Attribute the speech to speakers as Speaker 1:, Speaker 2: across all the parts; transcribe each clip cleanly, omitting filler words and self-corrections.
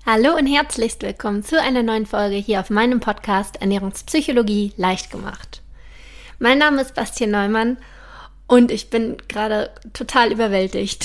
Speaker 1: Hallo und herzlichst willkommen zu einer neuen Folge hier auf meinem Podcast Ernährungspsychologie leicht gemacht. Mein Name ist Bastian Neumann und ich bin gerade total überwältigt.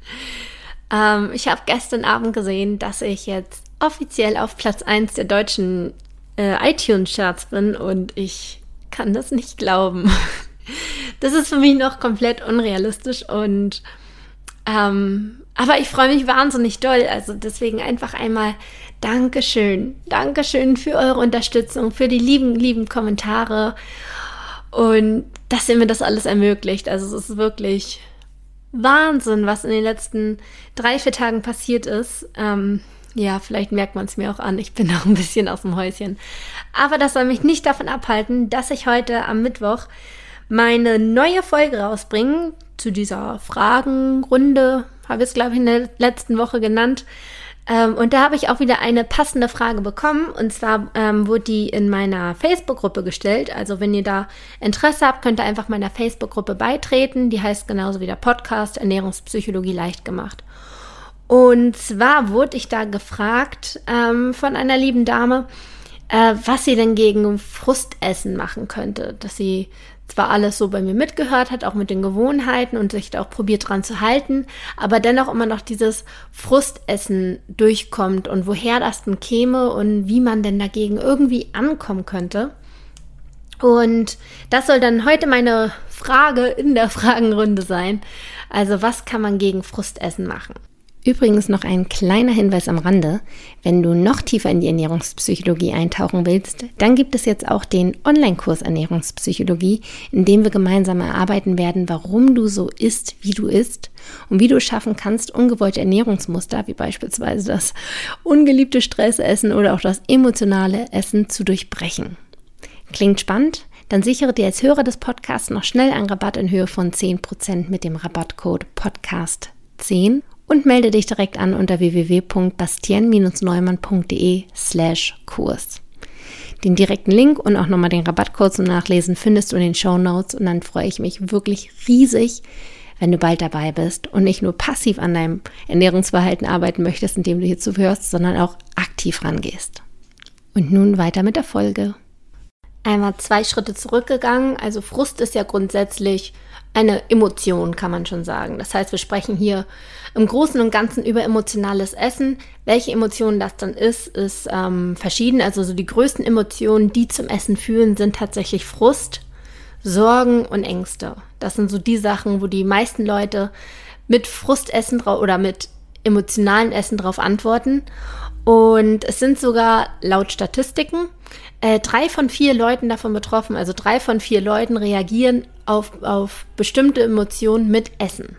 Speaker 1: Ich habe gestern Abend gesehen, dass ich jetzt offiziell auf Platz 1 der deutschen iTunes-Charts bin und ich kann das nicht glauben. Das ist für mich noch komplett unrealistisch und aber ich freue mich wahnsinnig doll, also deswegen einfach einmal Dankeschön. Dankeschön für eure Unterstützung, für die lieben Kommentare und dass ihr mir das alles ermöglicht. Also es ist wirklich Wahnsinn, was in den letzten 3-4 Tagen passiert ist. Ja, vielleicht merkt man es mir auch an, ich bin auch ein bisschen aus dem Häuschen. Aber das soll mich nicht davon abhalten, dass ich heute am Mittwoch meine neue Folge rausbringe zu dieser Fragenrunde, habe ich es, glaube ich, in der letzten Woche genannt. Und da habe ich auch wieder eine passende Frage bekommen. Und zwar wurde die in meiner Facebook-Gruppe gestellt. Also wenn ihr da Interesse habt, könnt ihr einfach meiner Facebook-Gruppe beitreten. Die heißt genauso wie der Podcast Ernährungspsychologie leicht gemacht. Und zwar wurde ich da gefragt von einer lieben Dame, was sie denn gegen Frustessen machen könnte. Dass sie zwar alles so bei mir mitgehört hat, auch mit den Gewohnheiten und sich da auch probiert dran zu halten, aber dennoch immer noch dieses Frustessen durchkommt und woher das denn käme und wie man denn dagegen irgendwie ankommen könnte. Und das soll dann heute meine Frage in der Fragenrunde sein. Also was kann man gegen Frustessen machen? Übrigens noch ein kleiner Hinweis am Rande, wenn du noch tiefer in die Ernährungspsychologie eintauchen willst, dann gibt es jetzt auch den Online-Kurs Ernährungspsychologie, in dem wir gemeinsam erarbeiten werden, warum du so isst, wie du isst und wie du es schaffen kannst, ungewollte Ernährungsmuster, wie beispielsweise das ungeliebte Stressessen oder auch das emotionale Essen zu durchbrechen. Klingt spannend? Dann sichere dir als Hörer des Podcasts noch schnell einen Rabatt in Höhe von 10% mit dem Rabattcode PODCAST10 und melde dich direkt an unter www.bastien-neumann.de/Kurs. Den direkten Link und auch nochmal den Rabattcode zum Nachlesen findest du in den Shownotes und dann freue ich mich wirklich riesig, wenn du bald dabei bist und nicht nur passiv an deinem Ernährungsverhalten arbeiten möchtest, indem du hier zuhörst, sondern auch aktiv rangehst. Und nun weiter mit der Folge. Einmal 2 Schritte zurückgegangen, also Frust ist ja grundsätzlich eine Emotion, kann man schon sagen. Das heißt, wir sprechen hier im Großen und Ganzen über emotionales Essen. Welche Emotionen das dann ist verschieden. Also so die größten Emotionen, die zum Essen führen, sind tatsächlich Frust, Sorgen und Ängste. Das sind so die Sachen, wo die meisten Leute mit Frustessen oder mit emotionalen Essen drauf antworten. Und es sind sogar laut Statistiken 3 von 4 Leuten davon betroffen. Also 3 von 4 Leuten reagieren auf bestimmte Emotionen mit Essen.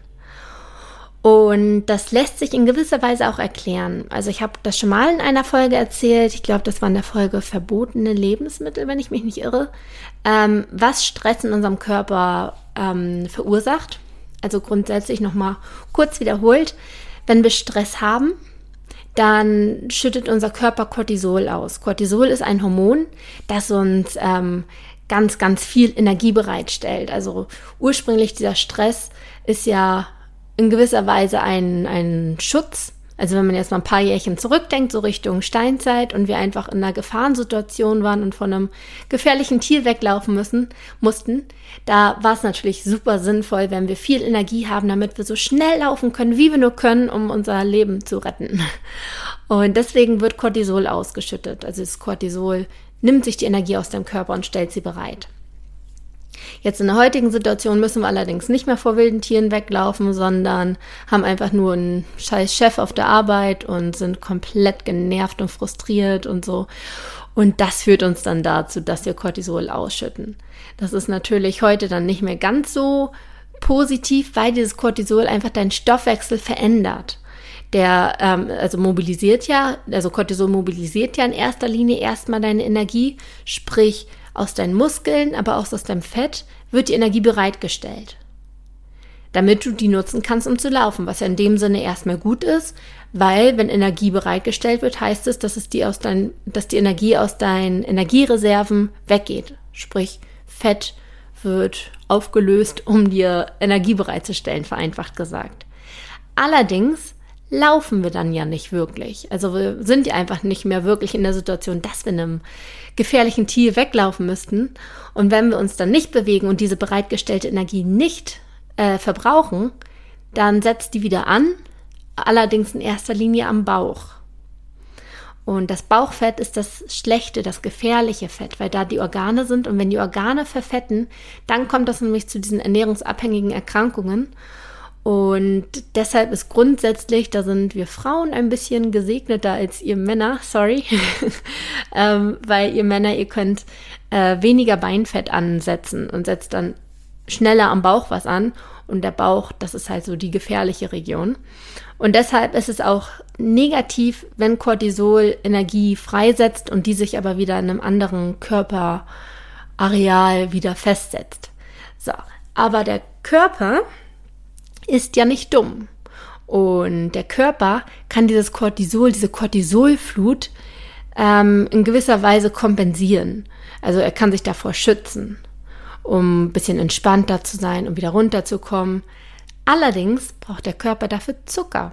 Speaker 1: Und das lässt sich in gewisser Weise auch erklären. Also ich habe das schon mal in einer Folge erzählt. Ich glaube, das war in der Folge verbotene Lebensmittel, wenn ich mich nicht irre. Was Stress in unserem Körper verursacht. Also grundsätzlich nochmal kurz wiederholt. Wenn wir Stress haben, dann schüttet unser Körper Cortisol aus. Cortisol ist ein Hormon, das uns ganz viel Energie bereitstellt. Also ursprünglich dieser Stress ist ja in gewisser Weise ein Schutz. Also wenn man jetzt mal ein paar Jährchen zurückdenkt, so Richtung Steinzeit und wir einfach in einer Gefahrensituation waren und von einem gefährlichen Tier weglaufen mussten, da war es natürlich super sinnvoll, wenn wir viel Energie haben, damit wir so schnell laufen können, wie wir nur können, um unser Leben zu retten. Und deswegen wird Cortisol ausgeschüttet. Also das Cortisol nimmt sich die Energie aus dem Körper und stellt sie bereit. Jetzt in der heutigen Situation müssen wir allerdings nicht mehr vor wilden Tieren weglaufen, sondern haben einfach nur einen scheiß Chef auf der Arbeit und sind komplett genervt und frustriert und so. Und das führt uns dann dazu, dass wir Cortisol ausschütten. Das ist natürlich heute dann nicht mehr ganz so positiv, weil dieses Cortisol einfach deinen Stoffwechsel verändert. Cortisol mobilisiert ja in erster Linie erstmal deine Energie, sprich aus deinen Muskeln, aber auch aus deinem Fett wird die Energie bereitgestellt, damit du die nutzen kannst, um zu laufen, was ja in dem Sinne erstmal gut ist, weil wenn Energie bereitgestellt wird, heißt es, dass die Energie aus deinen Energiereserven weggeht, sprich Fett wird aufgelöst, um dir Energie bereitzustellen, vereinfacht gesagt. Allerdings laufen wir dann ja nicht wirklich. Also wir sind ja einfach nicht mehr wirklich in der Situation, dass wir einem gefährlichen Tier weglaufen müssten. Und wenn wir uns dann nicht bewegen und diese bereitgestellte Energie nicht verbrauchen, dann setzt die wieder an, allerdings in erster Linie am Bauch. Und das Bauchfett ist das schlechte, das gefährliche Fett, weil da die Organe sind. Und wenn die Organe verfetten, dann kommt das nämlich zu diesen ernährungsabhängigen Erkrankungen. Und deshalb ist grundsätzlich, da sind wir Frauen ein bisschen gesegneter als ihr Männer, sorry, weil ihr Männer, ihr könnt weniger Beinfett ansetzen und setzt dann schneller am Bauch was an. Und der Bauch, das ist halt so die gefährliche Region. Und deshalb ist es auch negativ, wenn Cortisol Energie freisetzt und die sich aber wieder in einem anderen Körperareal wieder festsetzt. So, aber der Körper ist ja nicht dumm. Und der Körper kann dieses Cortisol, diese Cortisolflut in gewisser Weise kompensieren. Also er kann sich davor schützen, um ein bisschen entspannter zu sein, um wieder runterzukommen. Allerdings braucht der Körper dafür Zucker.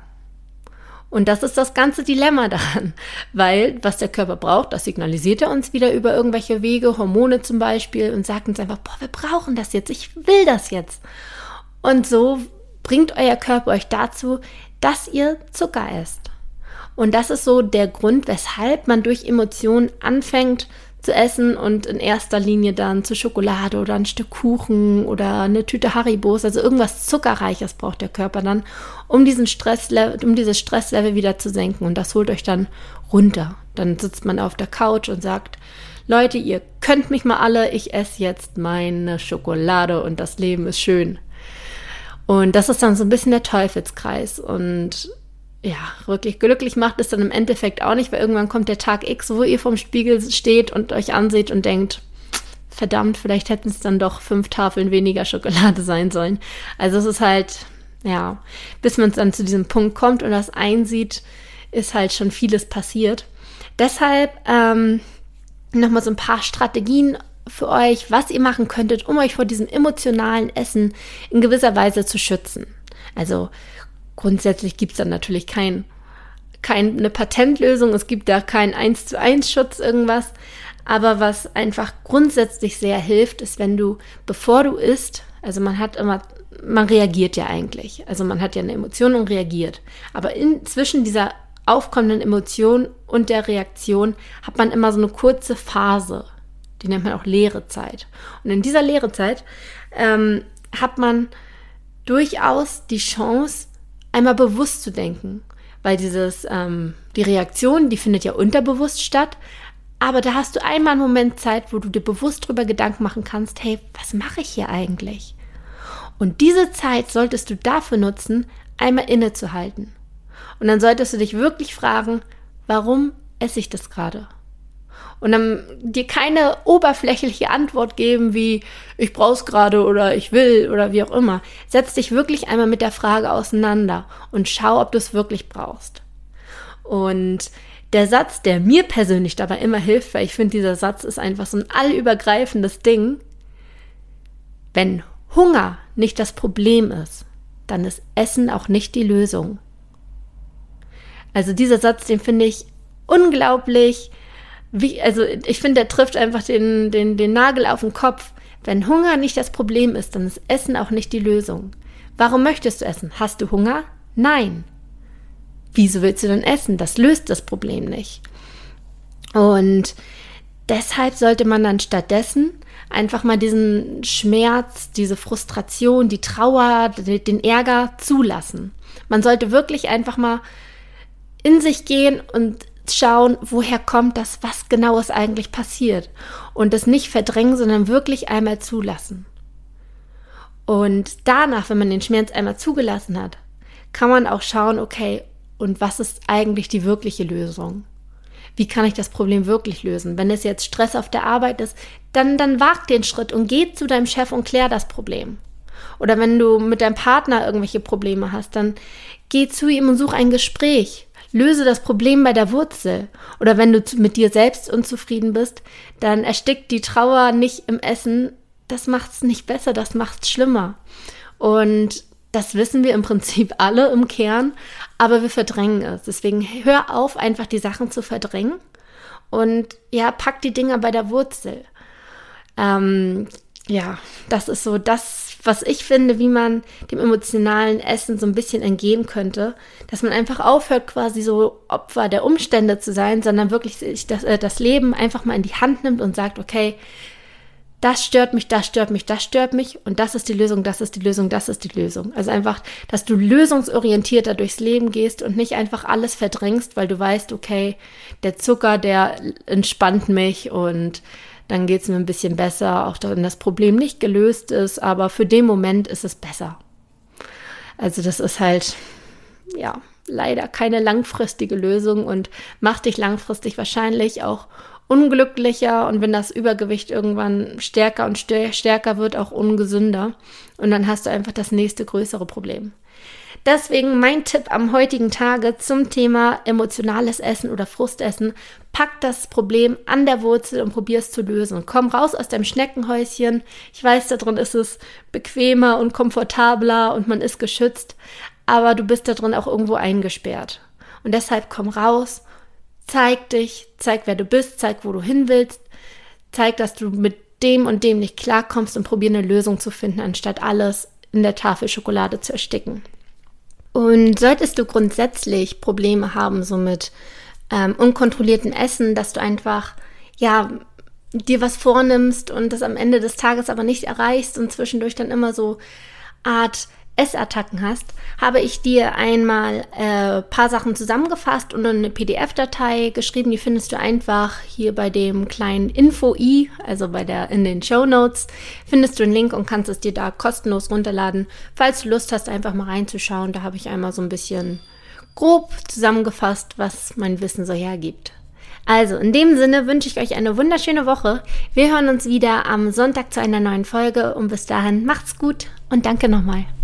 Speaker 1: Und das ist das ganze Dilemma daran, weil was der Körper braucht, das signalisiert er uns wieder über irgendwelche Wege, Hormone zum Beispiel, und sagt uns einfach, boah, wir brauchen das jetzt, ich will das jetzt. Und so bringt euer Körper euch dazu, dass ihr Zucker esst. Und das ist so der Grund, weshalb man durch Emotionen anfängt zu essen und in erster Linie dann zu Schokolade oder ein Stück Kuchen oder eine Tüte Haribos, also irgendwas Zuckerreiches braucht der Körper dann, um dieses Stresslevel wieder zu senken, und das holt euch dann runter. Dann sitzt man auf der Couch und sagt, Leute, ihr könnt mich mal alle, ich esse jetzt meine Schokolade und das Leben ist schön. Und das ist dann so ein bisschen der Teufelskreis, und ja, wirklich glücklich macht es dann im Endeffekt auch nicht, weil irgendwann kommt der Tag X, wo ihr vorm Spiegel steht und euch anseht und denkt, verdammt, vielleicht hätten es dann doch 5 Tafeln weniger Schokolade sein sollen. Also es ist halt, ja, bis man dann zu diesem Punkt kommt und das einsieht, ist halt schon vieles passiert. Deshalb nochmal so ein paar Strategien für euch, was ihr machen könntet, um euch vor diesem emotionalen Essen in gewisser Weise zu schützen. Also grundsätzlich gibt es dann natürlich keine Patentlösung, es gibt da keinen 1:1 Schutz, irgendwas. Aber was einfach grundsätzlich sehr hilft, ist, wenn du, bevor du isst, also man reagiert ja eigentlich. Also man hat ja eine Emotion und reagiert. Aber zwischen dieser aufkommenden Emotion und der Reaktion hat man immer so eine kurze Phase. Die nennt man auch leere Zeit. Und in dieser leere Zeit hat man durchaus die Chance, einmal bewusst zu denken, weil die Reaktion, die findet ja unterbewusst statt, aber da hast du einmal einen Moment Zeit, wo du dir bewusst drüber Gedanken machen kannst, hey, was mache ich hier eigentlich? Und diese Zeit solltest du dafür nutzen, einmal innezuhalten. Und dann solltest du dich wirklich fragen, warum esse ich das gerade? Und dann dir keine oberflächliche Antwort geben wie, ich brauch's gerade oder ich will oder wie auch immer. Setz dich wirklich einmal mit der Frage auseinander und schau, ob du es wirklich brauchst. Und der Satz, der mir persönlich dabei immer hilft, weil ich finde, dieser Satz ist einfach so ein allübergreifendes Ding. Wenn Hunger nicht das Problem ist, dann ist Essen auch nicht die Lösung. Also dieser Satz, den finde ich unglaublich. Ich finde, der trifft einfach den Nagel auf den Kopf. Wenn Hunger nicht das Problem ist, dann ist Essen auch nicht die Lösung. Warum möchtest du essen? Hast du Hunger? Nein. Wieso willst du denn essen? Das löst das Problem nicht. Und deshalb sollte man dann stattdessen einfach mal diesen Schmerz, diese Frustration, die Trauer, den Ärger zulassen. Man sollte wirklich einfach mal in sich gehen und schauen, woher kommt das, was genau ist eigentlich passiert. Und das nicht verdrängen, sondern wirklich einmal zulassen. Und danach, wenn man den Schmerz einmal zugelassen hat, kann man auch schauen, okay, und was ist eigentlich die wirkliche Lösung? Wie kann ich das Problem wirklich lösen? Wenn es jetzt Stress auf der Arbeit ist, dann wag den Schritt und geh zu deinem Chef und klär das Problem. Oder wenn du mit deinem Partner irgendwelche Probleme hast, dann geh zu ihm und such ein Gespräch. Löse das Problem bei der Wurzel. Oder wenn du mit dir selbst unzufrieden bist, dann erstickt die Trauer nicht im Essen. Das macht's nicht besser, das macht's schlimmer. Und Das wissen wir im Prinzip alle im Kern, aber wir verdrängen es. Deswegen hör auf, einfach die Sachen zu verdrängen und ja, pack die Dinger bei der Wurzel. Das ist so das, was ich finde, wie man dem emotionalen Essen so ein bisschen entgehen könnte, dass man einfach aufhört, quasi so Opfer der Umstände zu sein, sondern wirklich sich das Leben einfach mal in die Hand nimmt und sagt, okay, das stört mich, das stört mich, das stört mich und das ist die Lösung, das ist die Lösung, das ist die Lösung. Also einfach, dass du lösungsorientierter durchs Leben gehst und nicht einfach alles verdrängst, weil du weißt, okay, der Zucker, der entspannt mich und dann geht es mir ein bisschen besser, auch wenn das Problem nicht gelöst ist, aber für den Moment ist es besser. Also das ist halt, ja, leider keine langfristige Lösung und macht dich langfristig wahrscheinlich auch unglücklicher und wenn das Übergewicht irgendwann stärker und stärker wird, auch ungesünder. Und dann hast du einfach das nächste größere Problem. Deswegen mein Tipp am heutigen Tage zum Thema emotionales Essen oder Frustessen. Pack das Problem an der Wurzel und probier es zu lösen. Komm raus aus deinem Schneckenhäuschen. Ich weiß, da drin ist es bequemer und komfortabler und man ist geschützt, aber du bist da drin auch irgendwo eingesperrt. Und deshalb komm raus, zeig dich, zeig, wer du bist, zeig, wo du hin willst, zeig, dass du mit dem und dem nicht klarkommst und probier eine Lösung zu finden, anstatt alles in der Tafel Schokolade zu ersticken. Und solltest du grundsätzlich Probleme haben, so mit unkontrolliertem Essen, dass du einfach, ja, dir was vornimmst und das am Ende des Tages aber nicht erreichst und zwischendurch dann immer so Art Essattacken hast, habe ich dir einmal paar Sachen zusammengefasst und eine PDF-Datei geschrieben. Die findest du einfach hier bei dem kleinen Info-i, also in den Shownotes, findest du einen Link und kannst es dir da kostenlos runterladen. Falls du Lust hast, einfach mal reinzuschauen, da habe ich einmal so ein bisschen grob zusammengefasst, was mein Wissen so hergibt. Also, in dem Sinne wünsche ich euch eine wunderschöne Woche. Wir hören uns wieder am Sonntag zu einer neuen Folge und bis dahin macht's gut und danke nochmal.